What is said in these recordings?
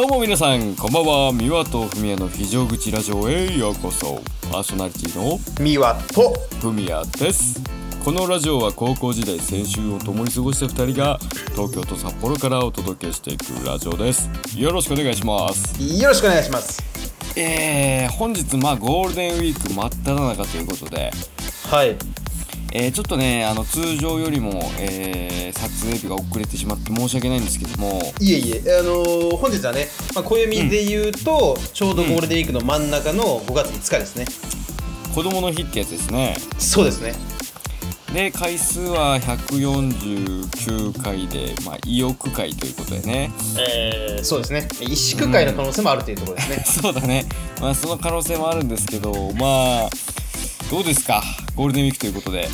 どうも皆さんこんばんは。三輪とふみやの非常口ラジオへようこそ。パーソナリティの三輪とふみやです。このラジオは高校時代青春を共に過ごした2人が東京と札幌からお届けしていくラジオです。よろしくお願いします。 よろしくお願いします。 本日ゴールデンウィーク真っ只中ということで、 はい、 ちょっとね通常よりも、撮影日が遅れてしまって申し訳ないんですけども、 いえいえ、本日はね、暦で言うと、ちょうどゴールデンウィークの真ん中の5月5日ですね。 子供の日ってやつですね。 そうですね。 で回数は149回で、意欲回ということでね、 そうですね。萎縮会の可能性もあるというところですね。 そうだね、その可能性もあるんですけど、どうですかゴールデンウィークということで。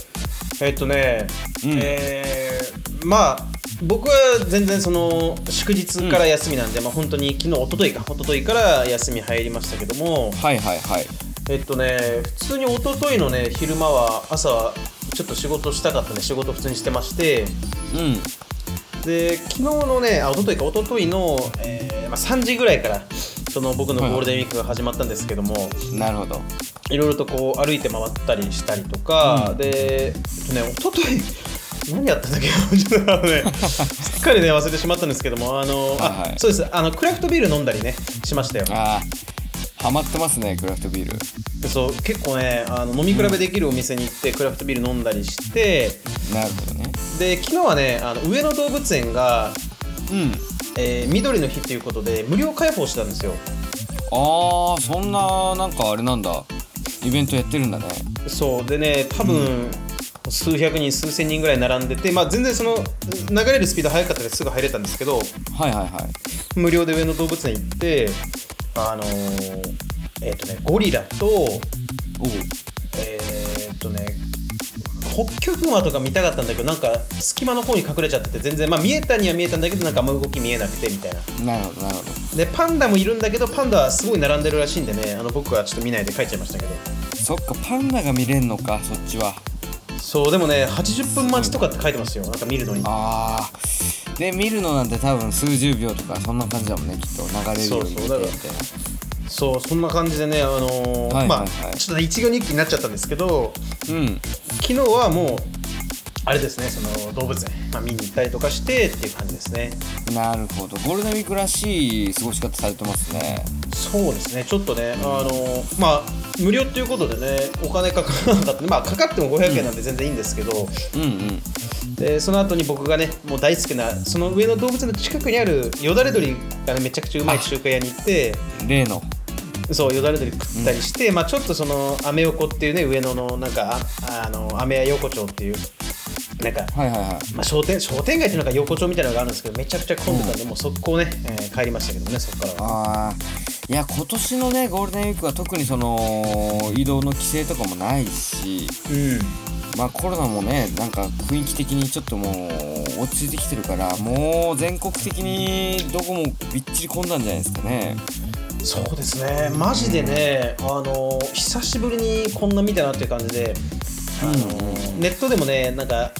僕は全然その祝日から休みなんで、本当に昨日、一昨日から休み入りましたけども、 はいはいはい。 普通に一昨日のね、昼間は朝はちょっと仕事したかったね。仕事普通にしてまして、で昨日のね、一昨日の、3時ぐらいからその僕のゴールデンウィークが始まったんですけども、 なるほど。 いろいろとこう歩いて回ったりしたりとか、で一昨日何やったんだっけちょっとすっかりね忘れてしまったんですけども、そうです、クラフトビール飲んだりねしましたよ。 ハマってますねクラフトビール。 そう結構ね飲み比べできるお店に行ってクラフトビール飲んだりして、 なるほどね。 で昨日はね上野動物園が、緑の日っていうことで無料開放したんですよ。 そんななんかあれなんだ、イベントやってるんだね。 そうでね、多分、数百人数千人ぐらい並んでて、全然その流れるスピード速かったですぐ入れたんですけど、 はいはいはい。 無料で上野動物園行ってゴリラとホッキョクグマとか見たかったんだけど、なんか隙間の方に隠れちゃってて全然、見えたには見えたんだけど、なんかあんま動き見えなくてみたいな。 なるほどなるほど。 でパンダもいるんだけど、パンダはすごい並んでるらしいんでね、僕はちょっと見ないで帰っちゃいましたけど。 そっか、パンダが見れんのかそっちは。 そうでもね、80分待ちとかって書いてますよ、なんか見るのに。 で見るのなんて多分数十秒とかそんな感じだもんね、きっと流れるように見てみたいな。 そんな感じでね、ちょっとね一行日記になっちゃったんですけど、昨日はもうあれですね、その動物園、見に行ったりとかしてっていう感じですね。 なるほど、ゴールデンウィークらしい過ごし方されてますね。 そうですね、ちょっとね、無料っていうことでね、お金かからなかった、かかっても500円なんで全然いいんですけど、でその後に僕がねもう大好きなその上野動物園の近くにあるよだれ鶏が、めちゃくちゃうまい中華屋に行って、 例のそうよだれ鶏食ったりして、ちょっとそのアメ横っていうね、上野のなんかアメ屋横丁っていうなんか、商店街っていうのが横丁みたいなのがあるんですけど、めちゃくちゃ混んでたんで、もう速攻ね、帰りましたけどね、そこからは。 いや今年のねゴールデンウィークは特にその移動の規制とかもないし、コロナもねなんか雰囲気的にちょっともう落ち着いてきてるから、もう全国的にどこもびっちり混んだんじゃないですかね。 そうですね、マジでね、久しぶりにこんな見たなっていう感じで、ネットでもね、なんか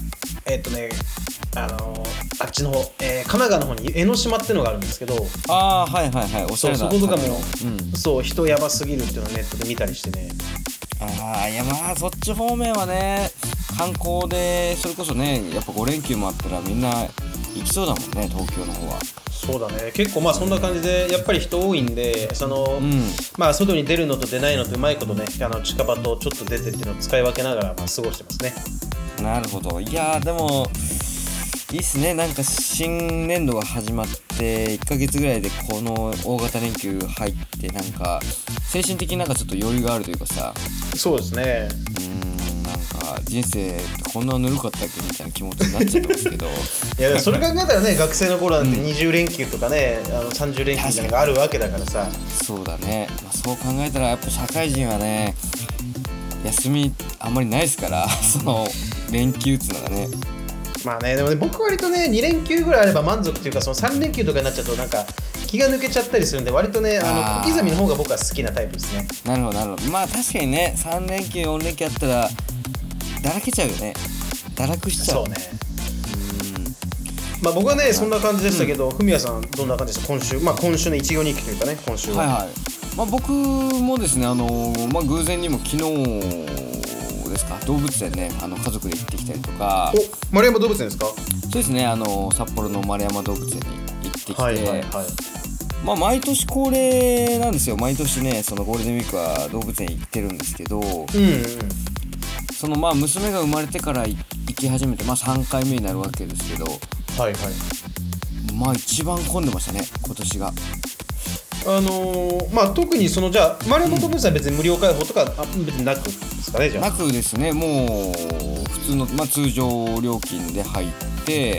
あっちの方、神奈川の方に江ノ島ってのがあるんですけど、 おしゃれなそことかも、そう人やばすぎるっていうのをネットで見たりしてね。 いやそっち方面はね観光でそれこそねやっぱ5連休もあったらみんな行きそうだもんね、東京の方は。 そうだね、結構そんな感じでやっぱり人多いんで、外に出るのと出ないのとうまいことね、近場とちょっと出てっていうのを使い分けながら過ごしてますね。 なるほど。いやでもいいっすね、なんか新年度が始まって1ヶ月ぐらいでこの大型連休入って、なんか精神的になんかちょっと余裕があるというかさ。 そうですね、 なんか人生こんなぬるかったっけみたいな気持ちになっちゃってますけどいやそれ考えたらね、学生の頃なんて20連休とかね、30連休みたいなのがあるわけだからさ。 そうだね、そう考えたらやっぱ社会人はね休みあんまりないですからその連休っつうのがね。 でもね、僕は割とね2連休ぐらいあれば満足っていうか、その3連休とかになっちゃうとなんか気が抜けちゃったりするんで、割とね小刻みの方が僕は好きなタイプですね。 なるほどなるほど。確かにね3連休4連休あったらだらけちゃうよね。堕落しちゃう。 そうね。 まあ僕はねそんな感じでしたけど、フミヤさんどんな感じでした今週、まあ今週の一行日記というかね、今週は。 はいはい。まあ僕もですね、まあ偶然にも昨日ですか、動物園ね、家族で行ってきたりとか。 お、丸山動物園ですか？ そうですね、札幌の丸山動物園に行ってきて、 はいはいはい。 まあ毎年恒例なんですよ。毎年ね、そのゴールデンウィークは動物園行ってるんですけど、そのまあ娘が生まれてから行き始めて、まあ3回目になるわけですけど、 はいはい。 まあ一番混んでましたね、今年が。 まあ特にそのじゃあ丸山動物園は別に無料開放とか、別になくですかね、じゃあ。 なくですね、もう普通の、まあ、通常料金で入って、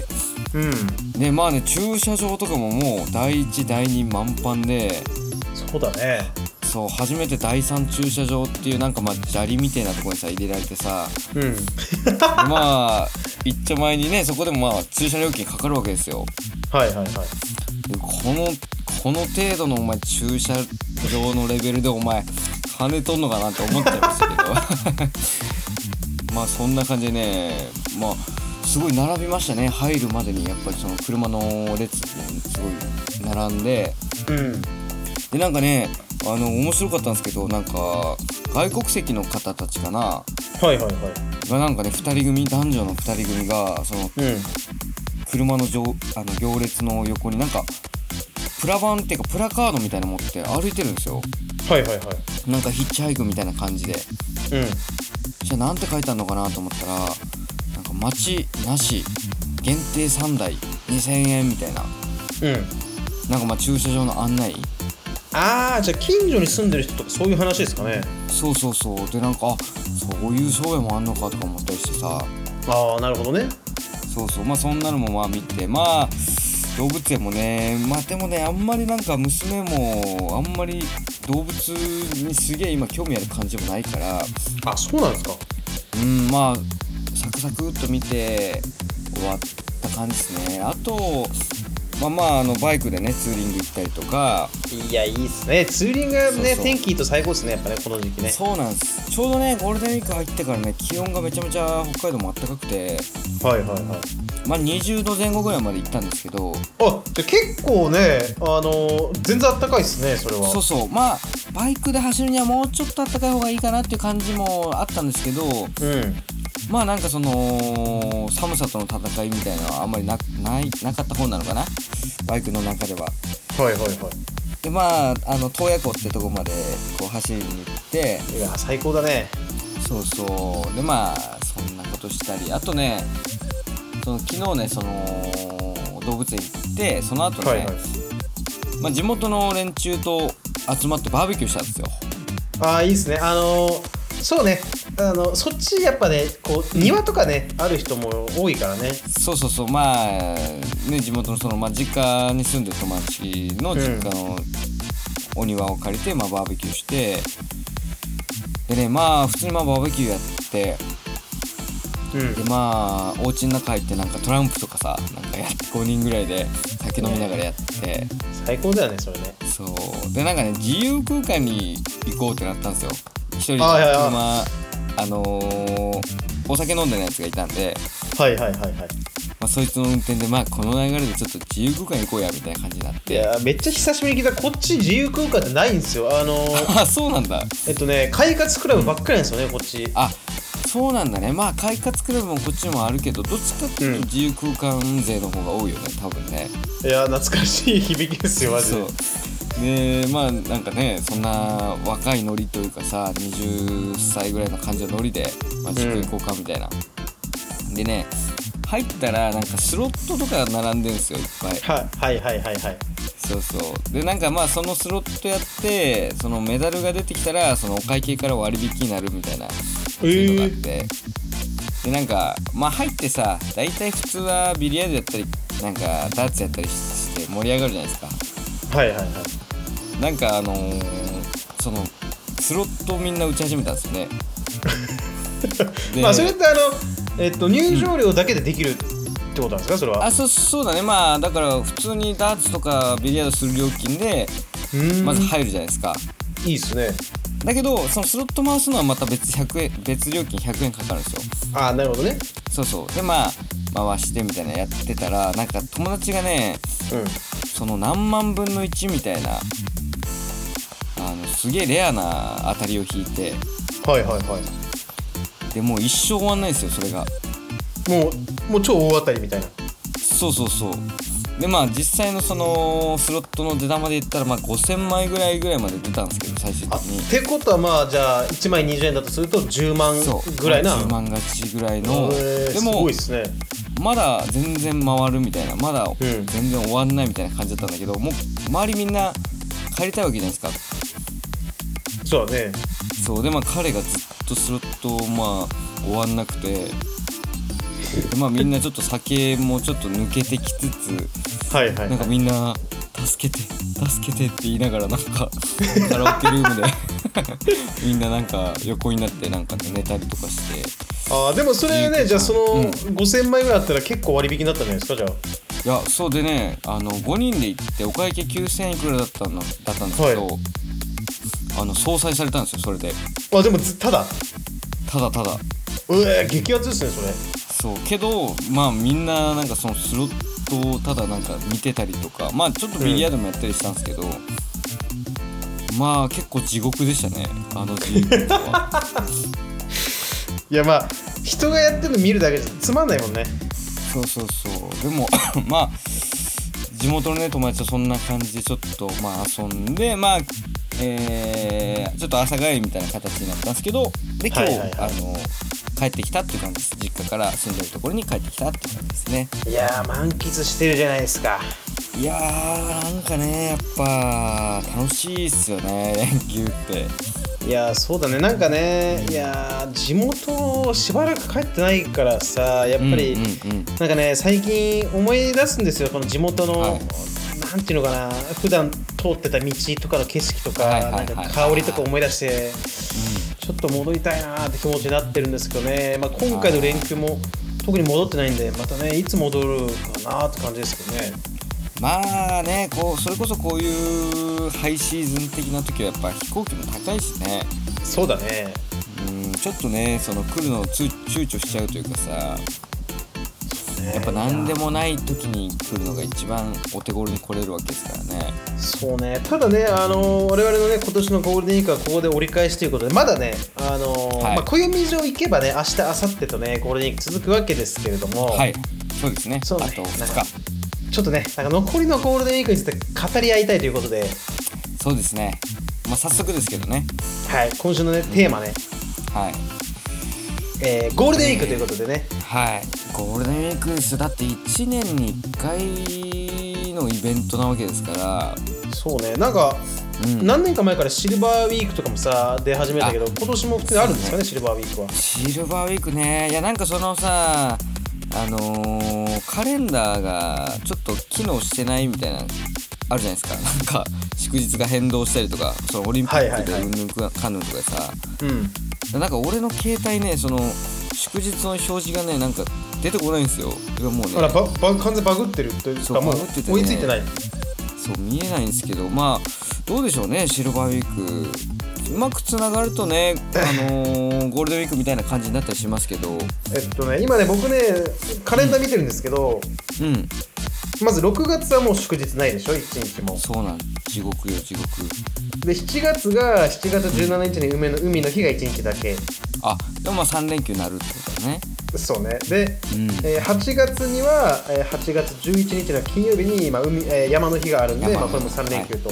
でまあね、駐車場とかももう第1第2満帆で、 そうだね。 そう、初めて第3駐車場っていうなんかまあ砂利みたいなところにさ入れられてさ、まあ一丁前にね、そこでもまあ駐車料金かかるわけですよ。 はいはいはい。 でこの程度のお前駐車場のレベルでお前金取んのかなって思っちゃいましたけどまあそんな感じでね、まあすごい並びましたね。入るまでにやっぱりその車の列にすごい並んで、でなんかね、面白かったんですけど、なんか外国籍の方たちかな、 はいはいはい。 がなんかね、男女の2人組がその、車の行列の横になんかプラ板っていうかプラカードみたいなの持って歩いてるんですよ。 はいはいはい。 なんかヒッチハイクみたいな感じで、じゃあなんて書いてあるのかなと思ったら、なんか待ちなし限定3台2000円みたいな、なんかまあ駐車場の案内。 ああ、じゃあ近所に住んでる人とかそういう話ですかね。 そうそうそう。でなんかそういう商売もあんのかとか思ったりしてさ。 ああ、なるほどね。 そうそう、まあそんなのもまあ見て、まあ動物園もね、まあでもね、あんまりなんか娘もあんまり動物にすげえ今興味ある感じもないから。 あ、そうなんですか。 まあサクサクっと見て終わった感じですね。あとバイクでねツーリング行ったりとか。 いや、いいっすね。ツーリングがね、天気いいと最高ですね、やっぱね、この時期ね。 そうなんです。ちょうどねゴールデンウィーク入ってからね、気温がめちゃめちゃ北海道も暖かくて、 はいはいはい。 まあ20度前後ぐらいまで行ったんですけど。 あ、じゃあ結構ね、全然暖かいっすね、それは。 そうそう、まあバイクで走るにはもうちょっと暖かい方がいいかなっていう感じもあったんですけど、まあなんかその寒さとの戦いみたいなのはあんまりなかった方なのかな、バイクの中では。 はいはいはい。 でまあ洞爺湖ってとこまでこう走りに行って、 いや最高だね。 そうそう。でまあそんなことしたり、あとね、昨日ね、その動物園行って、その後ね、まあ地元の連中と集まってバーベキューしたんですよ。 ああ、いいっすね。そうね、そっちやっぱね、こう庭とかね、ある人も多いからね。 そうそうそう。まあね、地元のその、まあ、実家に住んでる友達の実家のお庭を借りて、まあ、バーベキューして、でね、まあ普通にまあバーベキューやって、でまあお家の中入ってなんかトランプとかさ、なんかやって5人ぐらいで酒飲みながらやって、 最高だよねそれね。 そうでなんかね、自由空間に行こうってなったんですよ。一人で車、お酒飲んでるやつがいたんで、まあ、そいつの運転で、まあこの流れでちょっと自由空間行こうやみたいな感じになって。 いやめっちゃ久しぶりに聞いた。こっち自由空間ってないんですよ。 あ、そうなんだ。 快活クラブばっかりなんですよね、こっち。 あ、そうなんだね。まあ快活クラブもこっちにもあるけど、どっちかっていうと自由空間勢の方が多いよね、多分ね。 いや懐かしい響きですよマジで。 そうでまあなんかね、そんな若いノリというかさ、20歳ぐらいの感じのノリで街行こうかみたいな、でね、入ったらなんかスロットとか並んでるんですよ、いっぱい。 はい。 そうそうでなんかまあそのスロットやって、そのメダルが出てきたらそのお会計から割引になるみたいないうのがあって、でなんかまあ入ってさ、大体普通はビリヤードやったりなんかダーツやったりして盛り上がるじゃないですか。なんかそのスロットをみんな打ち始めたんですよね。 まあそれって入場料だけでできるってことなんですか、それは。 そうだね。まあだから普通にダーツとかビリヤードする料金でまず入るじゃないですか。 いいっすね。 だけどそのスロット回すのはまた別料金100円かかるんですよ。 ああ、なるほどね。 そうそう。でまあ回してみたいなやってたら、なんか友達がね、その何万分の1みたいなすげえレアな当たりを引いて、でもう一生終わんないですよ、それが。 もう超大当たりみたいな。 そうで実際のそのスロットの出玉で言ったら5000枚ぐらいまで出たんですけど、最終的に。 ってことはじゃあ1枚20円だとすると10万ぐらいな。 10万勝ちぐらいの。 でもすごいっすね。 まだ全然回るみたいな、まだ全然終わんないみたいな感じだったんだけど、もう周りみんな帰りたいわけじゃないですか。 そうだね。 そうで彼がずっとスロット終わんなくて、でみんなちょっと酒もちょっと抜けてきつつ、なんかみんな助けてって言いながら、なんかカラオケルームでみんななんか横になってなんか寝たりとかして。 でもそれね、じゃあその5000枚ぐらいあったら結構割引だったんじゃないですか、じゃあ。 いや、そうでね、5人で行ってお会計9000いくらだったんですけど、相殺されたんですよ、それで。 でもただ激アツですね、それ。 そうけどみんななんかそのスロットをただなんか見てたりとか、ちょっとビリヤードもやったりしたんですけど、結構地獄でしたね、人生はいや人がやってるの見るだけじゃつまんないもんね。 そうでも地元のね友達とそんな感じでちょっと遊んでちょっと朝帰りみたいな形になったんですけど、で今日、帰ってきたっていう感じです。実家から住んでるところに帰ってきたっていう感じですね。 いや満喫してるじゃないですか。 いやなんかね、やっぱ楽しいっすよね、連休って。 いやそうだね、なんかね、いや地元しばらく帰ってないからさ、やっぱり、なんかね最近思い出すんですよ、この地元の、なんていうのかな、普段通ってた道とかの景色とか、なんか香りとか思い出して、ちょっと戻りたいなって気持ちになってるんですけどね。今回の連休も特に戻ってないんで、またねいつ戻るかなって感じですけどね。 それこそこういうハイシーズン的な時はやっぱ飛行機も高いしね。 そうだね。 ちょっとねその来るのを躊躇しちゃうというかさ、やっぱ何でもない時に来るのが一番お手頃に来れるわけですからね。 そうね。ただね、我々のね今年のゴールデンウィークはここで折り返しということで、まだね暦上行けばね明日明後日とねゴールデンウィーク続くわけですけれども、 そうですね。あと2日。 ちょっとねなんか残りのゴールデンウィークについて語り合いたいということで。 そうですね。早速ですけどね。 今週のねテーマね。ゴールデンウィークということでね。 ゴールデンウィークですよ。だって1年に1回のイベントなわけですから。 そうね。なんか、何年か前からシルバーウィークとかもさ出始めたけど、今年も普通にあるんですかね、シルバーウィークは。 シルバーウィークね。いやなんかそのさカレンダーがちょっと機能してないみたいなあるじゃないですか。なんか祝日が変動したりとか、そのオリンピックでうんぬんかんぬんとかでさ、なんか俺の携帯ね、その祝日の表示がねなんか出てこないんですよ。もうね、 完全バグってるというか、もう追いついてない。 そう見えないんですけど、どうでしょうね、シルバーウィークうまくつながるとね、ゴールデンウィークみたいな感じになったりしますけど、 今ね僕ねカレンダー見てるんですけど、まず6月はもう祝日ないでしょ、1日も。 そうなん、地獄よ地獄で7月17日に海の日が1日だけ。 でも3連休になるってことだね。 そうね。で、8月には8月11日の金曜日に、山の日があるんで、これも3連休と。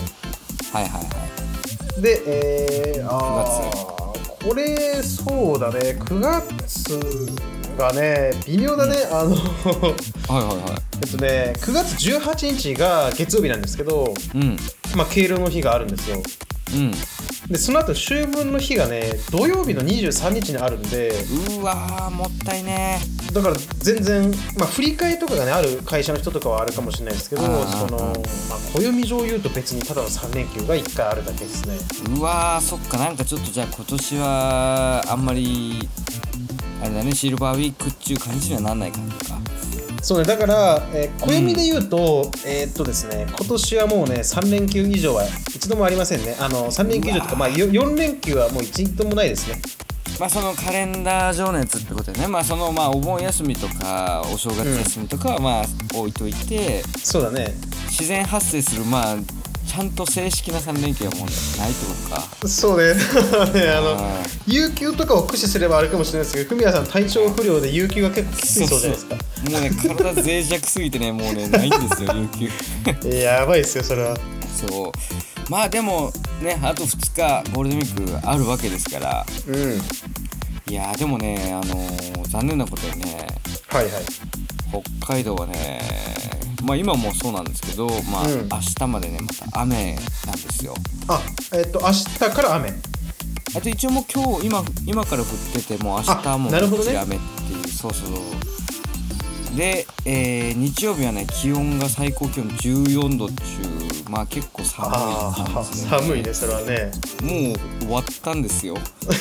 で、これそうだね、9月がね微妙だね。9月18日が月曜日なんですけど、敬老の日があるんですよ。でその後秋分の日がね土曜日の23日にあるんで、 うわーもったいね。 だから全然振り替えとかがねある会社の人とかはあるかもしれないですけど、暦上言うと別にただの3連休が1回あるだけですね。 うわーそっか。なんかちょっとじゃあ今年はあんまりあれだね、シルバーウィークっていう感じにはなんない感じか。 そうね。だから暦で言うと、ですね、今年はもうね3連休以上は一度もありませんね。3連休以上とか4連休はもう一度もないですね。 まあそのカレンダー情熱ってことでね、まあそのまあお盆休みとかお正月休みとかはまあ置いといて、 そうだね、 自然発生するまあちゃんと正式な3連休はもうないってことか。 そうね有給とかを駆使すればあるかもしれないですけど、フミヤさん体調不良で有給が結構きついそうじゃないですか。 もうね体脆弱すぎてねもうねないんですよ有給やばいですよそれは。 そうまあでもねあと2日ゴールデンウィークあるわけですから、いやでもね残念なことにね、 はいはい、 北海道はねまあ今もそうなんですけど、まあ明日までねまた雨なんですよ。 明日から雨。 あと一応もう今から降っててもう明日もなるほどね、 雨っていうそうで、日曜日はね気温が最高気温14度っていうまあ結構寒い感じで、ね、 寒いねそれはね。 もう終わったんですよ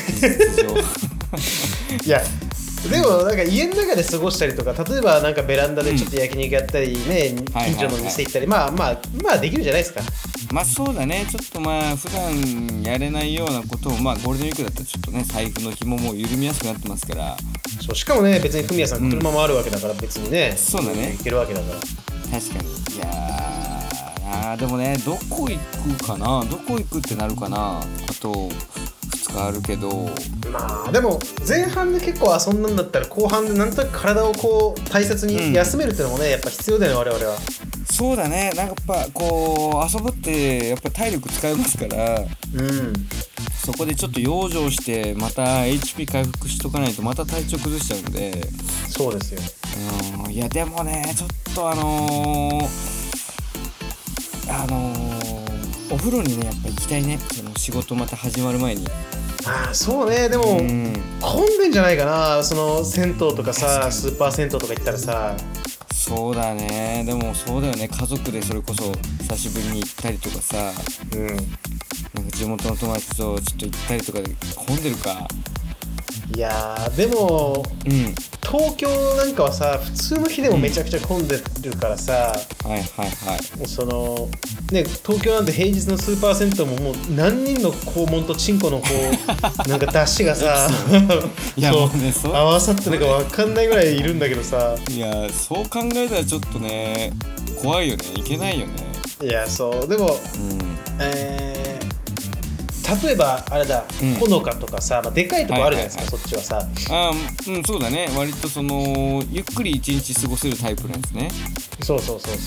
いやでもなんか家の中で過ごしたりとか、例えばなんかベランダでちょっと焼肉やったりね、近所の店行ったり、まあできるじゃないですか。 まあそうだね、ちょっとまあ普段やれないようなことをまあゴールデンウィークだったらちょっとね財布の紐も緩みやすくなってますから。 そうしかもね別にフミヤさん車もあるわけだから、別にねそうだね行けるわけだから。 確かに。いやでもねどこ行くかな、どこ行くってなるかな。あと2日あるけど、 まあでも前半で結構遊んだんだったら後半でなんとなく体をこう大切に休めるっていうのもね、やっぱ必要だよね我々は。 そうだね、なんかやっぱこう遊ぶってやっぱ体力使いますから、そこでちょっと養生してまた HP 回復しとかないとまた体調崩しちゃうんで。 そうですよ。 いやでもねちょっとお風呂にねやっぱ行きたいね、その仕事また始まる前に。 そうね、でも、混んでんじゃないかな、その銭湯とかさ、スーパー銭湯とか行ったらさ。 そうだね、でもそうだよね、家族でそれこそ久しぶりに行ったりとかさ、なんか地元の友達とちょっと行ったりとかで混んでるか。 いやでも、東京なんかはさ普通の日でもめちゃくちゃ混んでるからさ、そのね東京なんて平日のスーパー銭湯ももう何人の肛門とチンコのこうなんか出汁がさいやもうね合わさってるか分かんないぐらいいるんだけどさ。 いやそう考えたらちょっとね怖いよね、いけないよね。 いやそうでも、例えばあれだ、ほのかとかさ、でかいとこあるじゃないですか、そっちはさ。 そうだね、割とそのゆっくり一日過ごせるタイプなんですね。 そう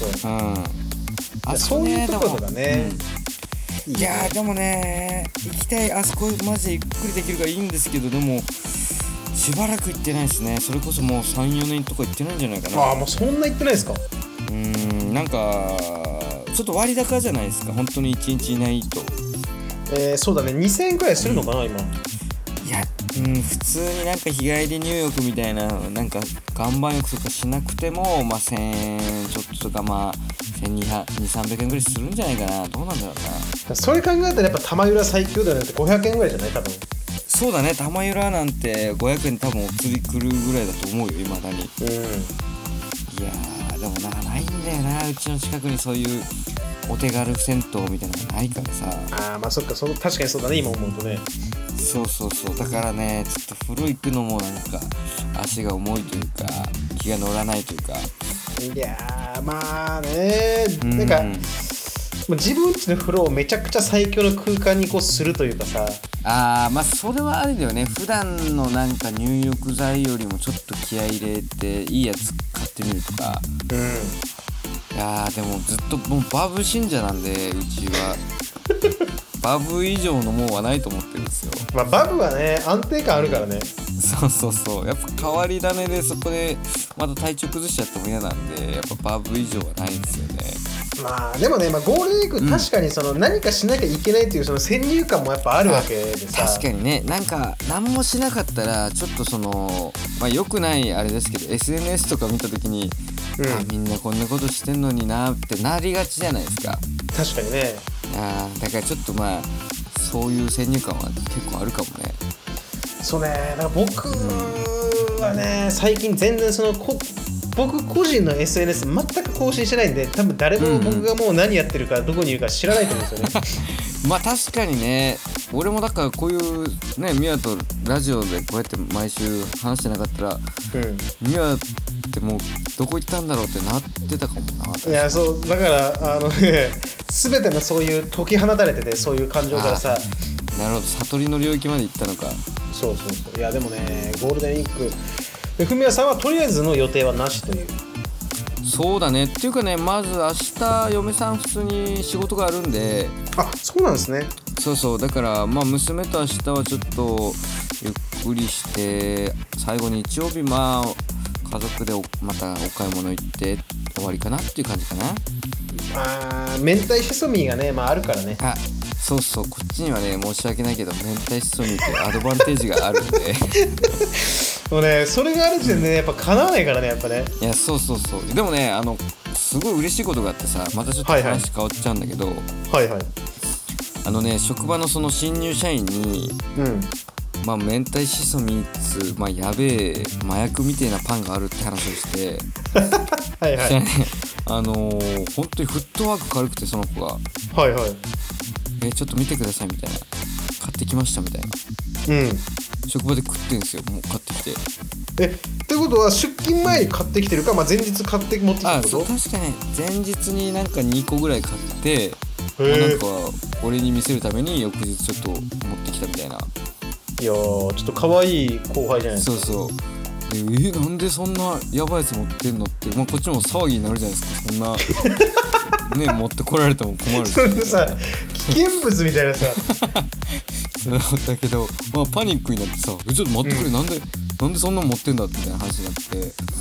そういうところだね。 いやでもね行きたい、あそこマジでゆっくりできるからいいんですけど、でもしばらく行ってないですね。それこそもう 3,4 年とか行ってないんじゃないかな。 もうそんな行ってないですか。 なんかちょっと割高じゃないですか、本当に1日いないと。 そうだね、2000円くらいするのかな、今。 いや、普通になんか日帰り入浴みたいな、なんか岩盤浴とかしなくても、1000円ちょっととか、1200、300円ぐらいするんじゃないかな。どうなんだろうな。 それ考えたらやっぱ玉浦最強だよねって500円ぐらいじゃない多分。 そうだね、玉浦なんて500円多分お釣り来るぐらいだと思うよ、未だに。いやでもないんだよな、うちの近くにそういうお手軽銭湯みたいなのがないからさ。 そっか、確かにそうだね、今思うとね。 そうだからねちょっと風呂行くのもなんか足が重いというか気が乗らないというか。 いやなんか自分家の風呂をめちゃくちゃ最強の空間にこうするというかさ。 それはあれだよね、普段のなんか入浴剤よりもちょっと気合い入れていいやつ買ってみるとか。いやでもずっともうバブ信者なんでうちはバブ以上のもんはないと思ってるんですよ。 バブはね安定感あるからね。 そうやっぱ変わり種でそこでまた体調崩しちゃっても嫌なんで、やっぱバブ以上はないんですよね。 でもね、ゴールデンウィーク確かにその何かしなきゃいけないというその先入観もやっぱあるわけでさ。 確かにね、なんか何もしなかったらちょっとその良くないあれですけど SNS とか見た時に、みんなこんなことしてんのになってなりがちじゃないですか。 確かにね。 だからちょっとそういう先入観は結構あるかもね。 そうね、だから僕はね最近全然その僕個人の SNS 全く更新してないんで、多分誰も僕がもう何やってるかどこにいるか知らないと思うんですよね。 確かにね、 俺もだからこういうねミワとラジオでこうやって毎週話してなかったら、ミワってもうどこ行ったんだろうってなってたかもな。 いやそうだから全てのそういう解き放たれてて、そういう感情からさ。 なるほど、悟りの領域まで行ったのか。 そうそうそう。いやでもね、ゴールデンウィークでフミヤさんはとりあえずの予定はなしという。 そうだね。っていうかね、まず明日嫁さん普通に仕事があるんで。 あ、そうなんですね。 そうそう、だからまあ娘と明日はちょっとゆっくりして、最後日曜日まあ家族でまたお買い物行って終わりかなっていう感じかな。 明太しそみがね、まああるからね。 あ、そうそう、こっちにはね申し訳ないけど明太しそみってアドバンテージがあるんでもうね、それがある時点でね、やっぱ叶わないからね、やっぱね。 いや、そうそうそう。でもね、すごい嬉しいことがあってさ、またちょっと話変わっちゃうんだけど、 はいはい。 職場のその新入社員に、まあ明太しそみつ、まあやべえ麻薬みたいなパンがあるって話をしてはいはい。 ね、本当にフットワーク軽くて、その子がはいはい。 ちょっと見てくださいみたいな、買ってきましたみたいな、職場で食ってんですよ、もう買ってきて。 ってことは出勤前に買ってきてるか、まあ、前日買って持ってきたってこと？ そう、確かに前日になんか2個ぐらい買って、なんか俺に見せるために翌日ちょっと持ってきたみたいな。 いやー、ちょっと可愛い後輩じゃないですか。 そうそう。で、なんでそんなやばいやつ持ってんのって、まあ、こっちも騒ぎになるじゃないですか、そんなね、持ってこられても困るし、 そんなさ、危険物みたいなさそうだけど、まあ、パニックになってさ、ちょっと待ってくれ、なんでそんな持ってんだみたいな話になって、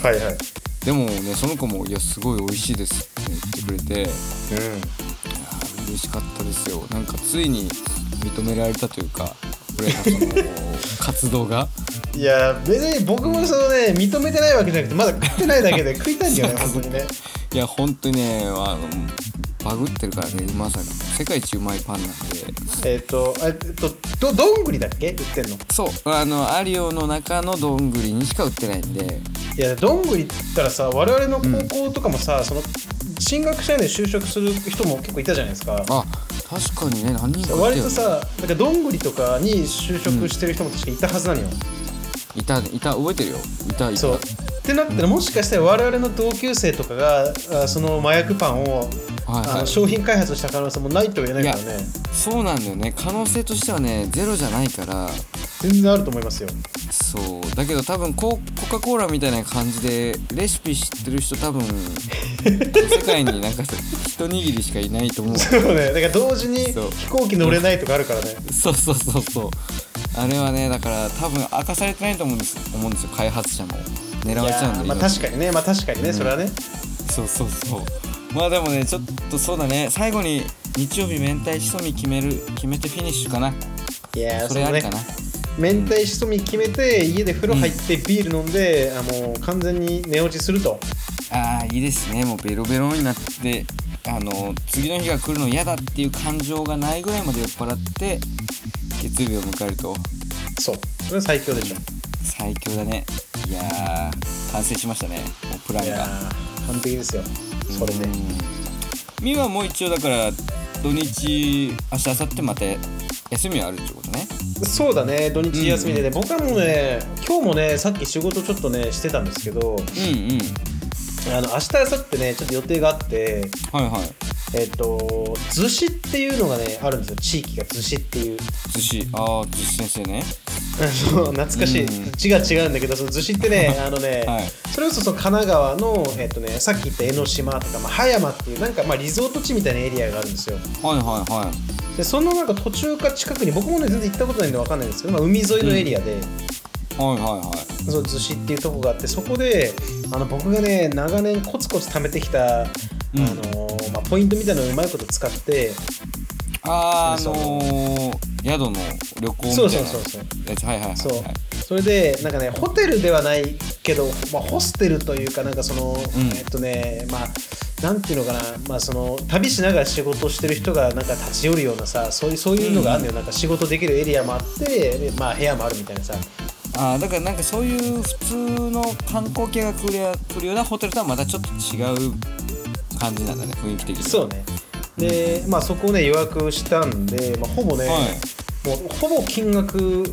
はいはい。 でもね、その子もいやすごい美味しいですって言ってくれて、嬉しかったですよ。なんかついに認められたというか、これがその活動がいや別に僕もそのね、認めてないわけじゃなくて、まだ食ってないだけで食いたいんだよね本当にね。 いや本当にね、バグってるからね、うまさが世界一うまいパンなんで。 どんぐりだっけ売ってんの？ そう、アリオの中のどんぐりにしか売ってないんで。 いや、どんぐりって言ったらさ、我々の高校とかもさ、その進学社員で就職する人も結構いたじゃないですか。 あ、確かにね、何人かいたよね。 割とさ、なんかどんぐりとかに就職してる人も確かいたはずなのよ。 いた、覚えてるよ。いた。 そうってなったら、もしかしたら我々の同級生とかがその麻薬パンを、商品開発した可能性もないとは言えないからね。 そうなんだよね。可能性としてはね、ゼロじゃないから。 全然あると思いますよ。 そうだけど、多分コカ・コーラみたいな感じでレシピ知ってる人、多分世界になんか一握りしかいないと思う。 そうね、だから同時に飛行機乗れないとかあるからね。 そうあれはね、だから多分明かされてないと思うんですよ、開発者も狙われちゃうんで。 まあ確かにね、それはね。 そうまあでもね、ちょっとそうだね、最後に日曜日明太しそみ決めてフィニッシュかな。 いや、 それありかな。 明太しそみ決めて家で風呂入ってビール飲んで、もう完全に寝落ちすると。 いいですね。もうベロベロになって、次の日が来るの嫌だっていう感情がないぐらいまで酔っ払って月曜日を迎えると。 そう、それは最強でしょ。 最強だね。いやー、完成しましたね、もうプランが。 いやー、完璧ですよ、それで。 みはもう一応だから土日、明日明後日また休みはあるってことね。 そうだね、土日休みでね、僕はもうね、今日もね、さっき仕事ちょっとねしてたんですけど、明日明後日ね、ちょっと予定があって、逗子っていうのがねあるんですよ。地域が逗子っていう。 逗子、逗子先生ね。 懐かしい。字が違うんだけど、その逗子ってね、それこそ神奈川のさっき言った江ノ島とか、葉山っていうなんかリゾート地みたいなエリアがあるんですよ。でそのなんか途中か近くに、僕もね全然行ったことないんで分かんないんですけど、海沿いのエリアで、そう逗子っていうとこがあって、そこで僕がね長年コツコツ貯めてきたポイントみたいなのをうまいこと使って、 宿の旅行みたいなやつ。 それでなんかね、ホテルではないけど、ホステルというか、なんかその、なんていうのかな、その旅しながら仕事してる人がなんか立ち寄るようなさ、そういうのがあるのよ。なんか仕事できるエリアもあって、部屋もあるみたいなさ。 だからなんかそういう普通の観光客が来るようなホテルとはまたちょっと違う感じなんだね、雰囲気的に。 そうね。で、そこをね予約したんで、ほぼね、 もうほぼ金額もう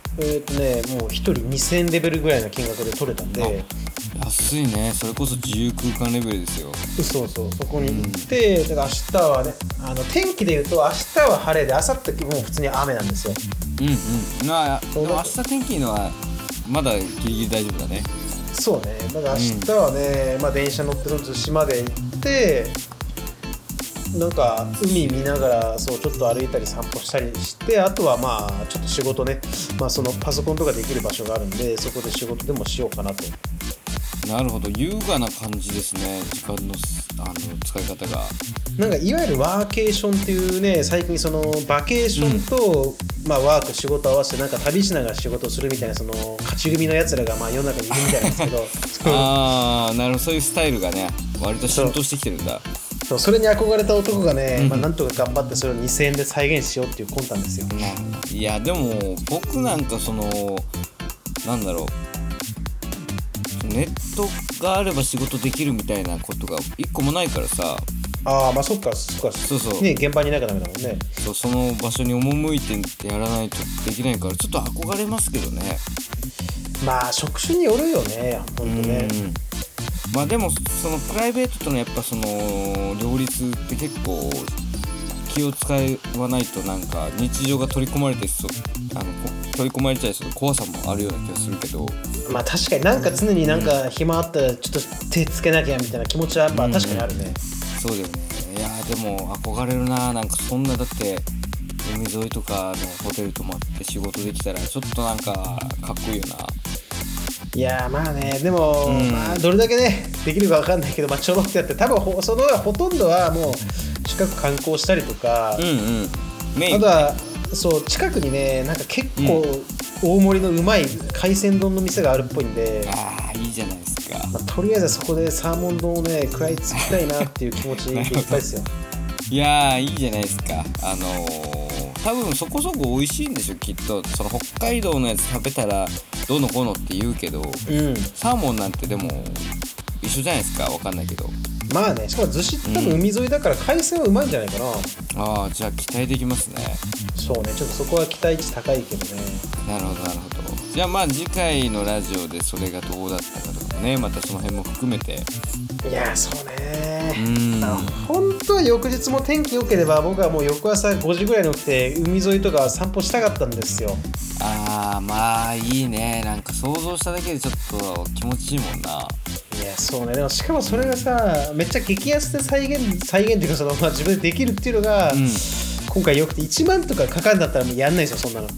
1人2000円レベルぐらいの金額で取れたんで、 安いね。それこそ自由空間レベルですよ。 そうそこに行って、だから明日はね、天気でいうと明日は晴れで、明後日もう普通に雨なんですよ。 でも明日天気いいのはまだギリギリ大丈夫だね。 そうね。だから明日はね、電車乗って逗子まで行って、なんか海見ながらちょっと歩いたり散歩したりして、あとはちょっと仕事ね、そのパソコンとかできる場所があるんで、そこで仕事でもしようかなと。 なるほど、優雅な感じですね、時間の使い方が。 なんかいわゆるワーケーションっていうね、最近そのバケーションと、ワーク仕事合わせてなんか旅しながら仕事するみたいな、その勝ち組のやつらが世の中にいるみたいなんですけどなるほど、そういうスタイルがね割と浸透してきてるんだ。 それに憧れた男がね、なんとか頑張ってそれを2000円で再現しようっていう魂胆ですよ。 いやでも僕なんかなんだろう、ネットがあれば仕事できるみたいなことが一個もないからさ。 そっかそうね、現場にいなきゃダメだもんね。 その場所に赴いてやらないとできないから、ちょっと憧れますけどね。 職種によるよね、ほんとね。 でもそのプライベートとのやっぱその両立って結構気を使わないと、なんか日常が取り込まれて取り込まれちゃいそうな怖さもあるような気がするけど、 確かになんか常になんか暇あったらちょっと手つけなきゃみたいな気持ちはやっぱ確かにあるね。 そうだよね。いやでも憧れるな。なんかそんな、だって海沿いとかのホテル泊まって仕事できたらちょっとなんかかっこいいよな。 いやでも、どれだけねできるか分かんないけど、ちょろっとやって、多分そのほとんどはもう近く観光したりとか、あとは近くにね、なんか結構大盛りのうまい海鮮丼の店があるっぽいんで、 いいじゃないですか。 とりあえずそこでサーモン丼をね食らいつきたいなっていう気持ちでいっぱいですよ。 いやいいじゃないですか。多分そこそこ美味しいんでしょきっと。その北海道のやつ食べたらどうのこうのって言うけど、サーモンなんてでも一緒じゃないですか。わかんないけど。 しかも逗子って多分海沿いだから海鮮はうまいんじゃないかな。 じゃあ期待できますね。 そうね、ちょっとそこは期待値高いけどね。 なるほど。じゃあ次回のラジオでそれがどうだったかとかね、またその辺も含めて。 いやそうね、本当は翌日も天気良ければ僕はもう翌朝5時ぐらいに起きて海沿いとか散歩したかったんですよ。 いいね。なんか想像しただけでちょっと気持ちいいもんな。 いやそうね。でもしかもそれがさ、めっちゃ激安で再現っていうか自分でできるっていうのが、今回よくて1万とかかかるんだったらやんないですよそんなの。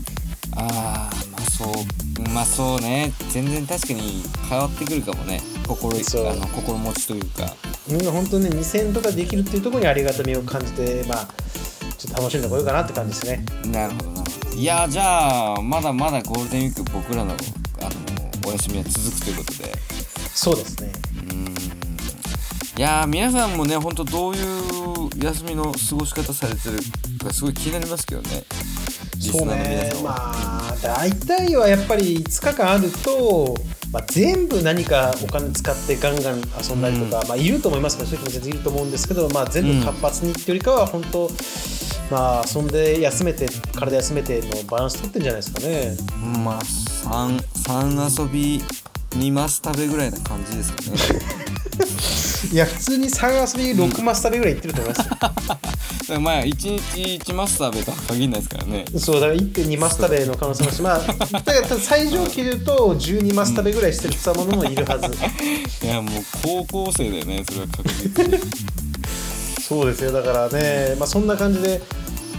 そうね。全然確かに変わってくるかもね。心持ちというか。 本当ね2000円とかできるっていうところにありがたみを感じて、ちょっと楽しんでこようかなって感じですね。 なるほど。いやじゃあまだまだゴールデンウィーク僕らのお休みは続くということで。 そうですね。 いや皆さんもね、本当どういう休みの過ごし方されてるかすごい気になりますけどね。 そうね。大体はやっぱり5日間あると、全部何かお金使ってガンガン遊んだりとか、いると思いますけど、そういう人も全然いると思うんですけど、全部活発にっていうよりかは本当遊んで体休めてのバランス取ってんじゃないですかね。 3遊び2マス食べぐらいな感じですかね。 いや普通に3遊び6マス食べぐらいいってると思いますよ。 1日1マス食べとは限らないですからね。 そうだから 1.2 マス食べの可能性もし、だから最上級で言うと12マス食べぐらいしてるつわものもいるはず。 いやもう高校生だよね、それは確実に。 そうですよ。だからね、そんな感じで、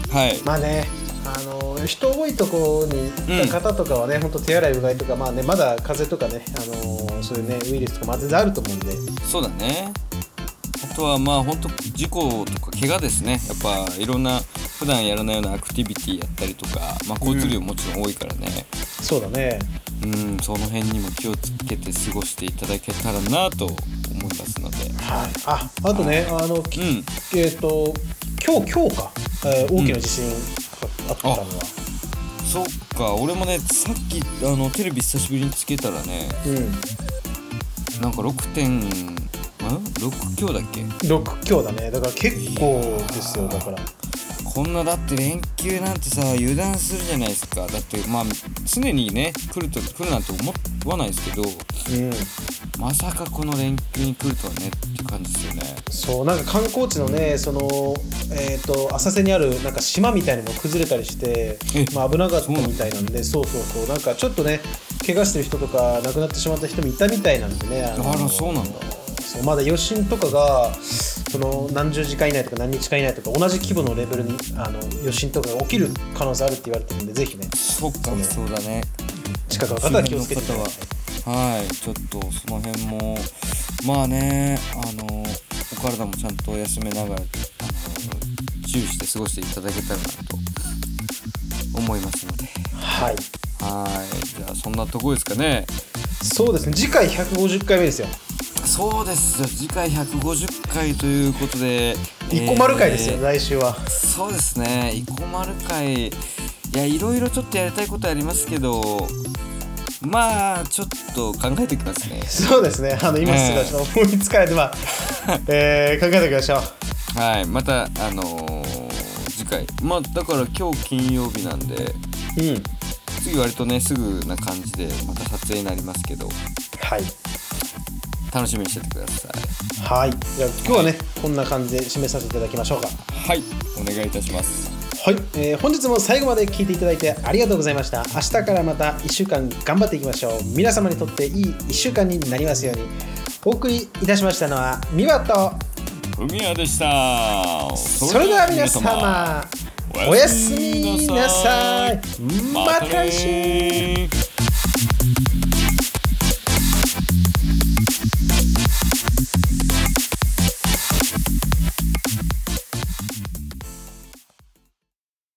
人多いところに行った方とかはね、本当手洗いうがいとか、まだ風邪とかね、そういうねウイルスとか全然あると思うんで。 そうだね。あとは本当事故とか怪我ですね。やっぱいろんな普段やらないようなアクティビティやったりとか、交通量もちろん多いからね。 そうだね。 その辺にも気をつけて過ごしていただけたらなと思いますので。 あとね、今日か、大きな地震あったのは。 そっか。俺もねさっきテレビ久しぶりにつけたらね、なんか6強だっけ。 6強だね。だから結構ですよ。だからこんなだって連休なんてさ油断するじゃないですか。だってまあ常にね来るなんて思わないですけど、まさかこの連休に来るとはねって感じですよね。 そうなんか観光地のねその浅瀬にあるなんか島みたいなのも崩れたりして、まあ、危なかったみたいなんで、そうなんかちょっとね怪我してる人とか亡くなってしまった人もいたみたいなんでね。 そうなんだ。 そうまだ余震とかがその何十時間以内とか何日間以内とか同じ規模のレベルに余震とかが起きる可能性あるって言われてるんで、ぜひねそっかそうだね近くの方は気をつけてください。 はいちょっとその辺もまあねお体もちゃんと休めながら注意して過ごしていただけたらなと思いますので、 はいじゃあそんなとこですかね。 そうですね、次回150回目ですよ。 そうですよ、次回150回ということで生駒会ですよ、来週は。 そうですね、生駒会、いやいろいろちょっとやりたいことありますけど、まあちょっと考えておきますね。 そうですね、今すぐちょっと思いつかないで、考えておきましょう。 はい、また次回、まあだから今日金曜日なんで、次割とねすぐな感じでまた撮影になりますけど、 はい、 楽しみにしててください。 はい、じゃあ今日はねこんな感じで締めさせていただきましょうか。 はい、お願いいたします。 はい、本日も最後まで聞いていただいてありがとうございました。明日からまた1週間頑張っていきましょう。皆様にとっていい1週間になりますように。お送りいたしましたのは美和とふみやでした。 それでは皆様おやすみなさい。また来週。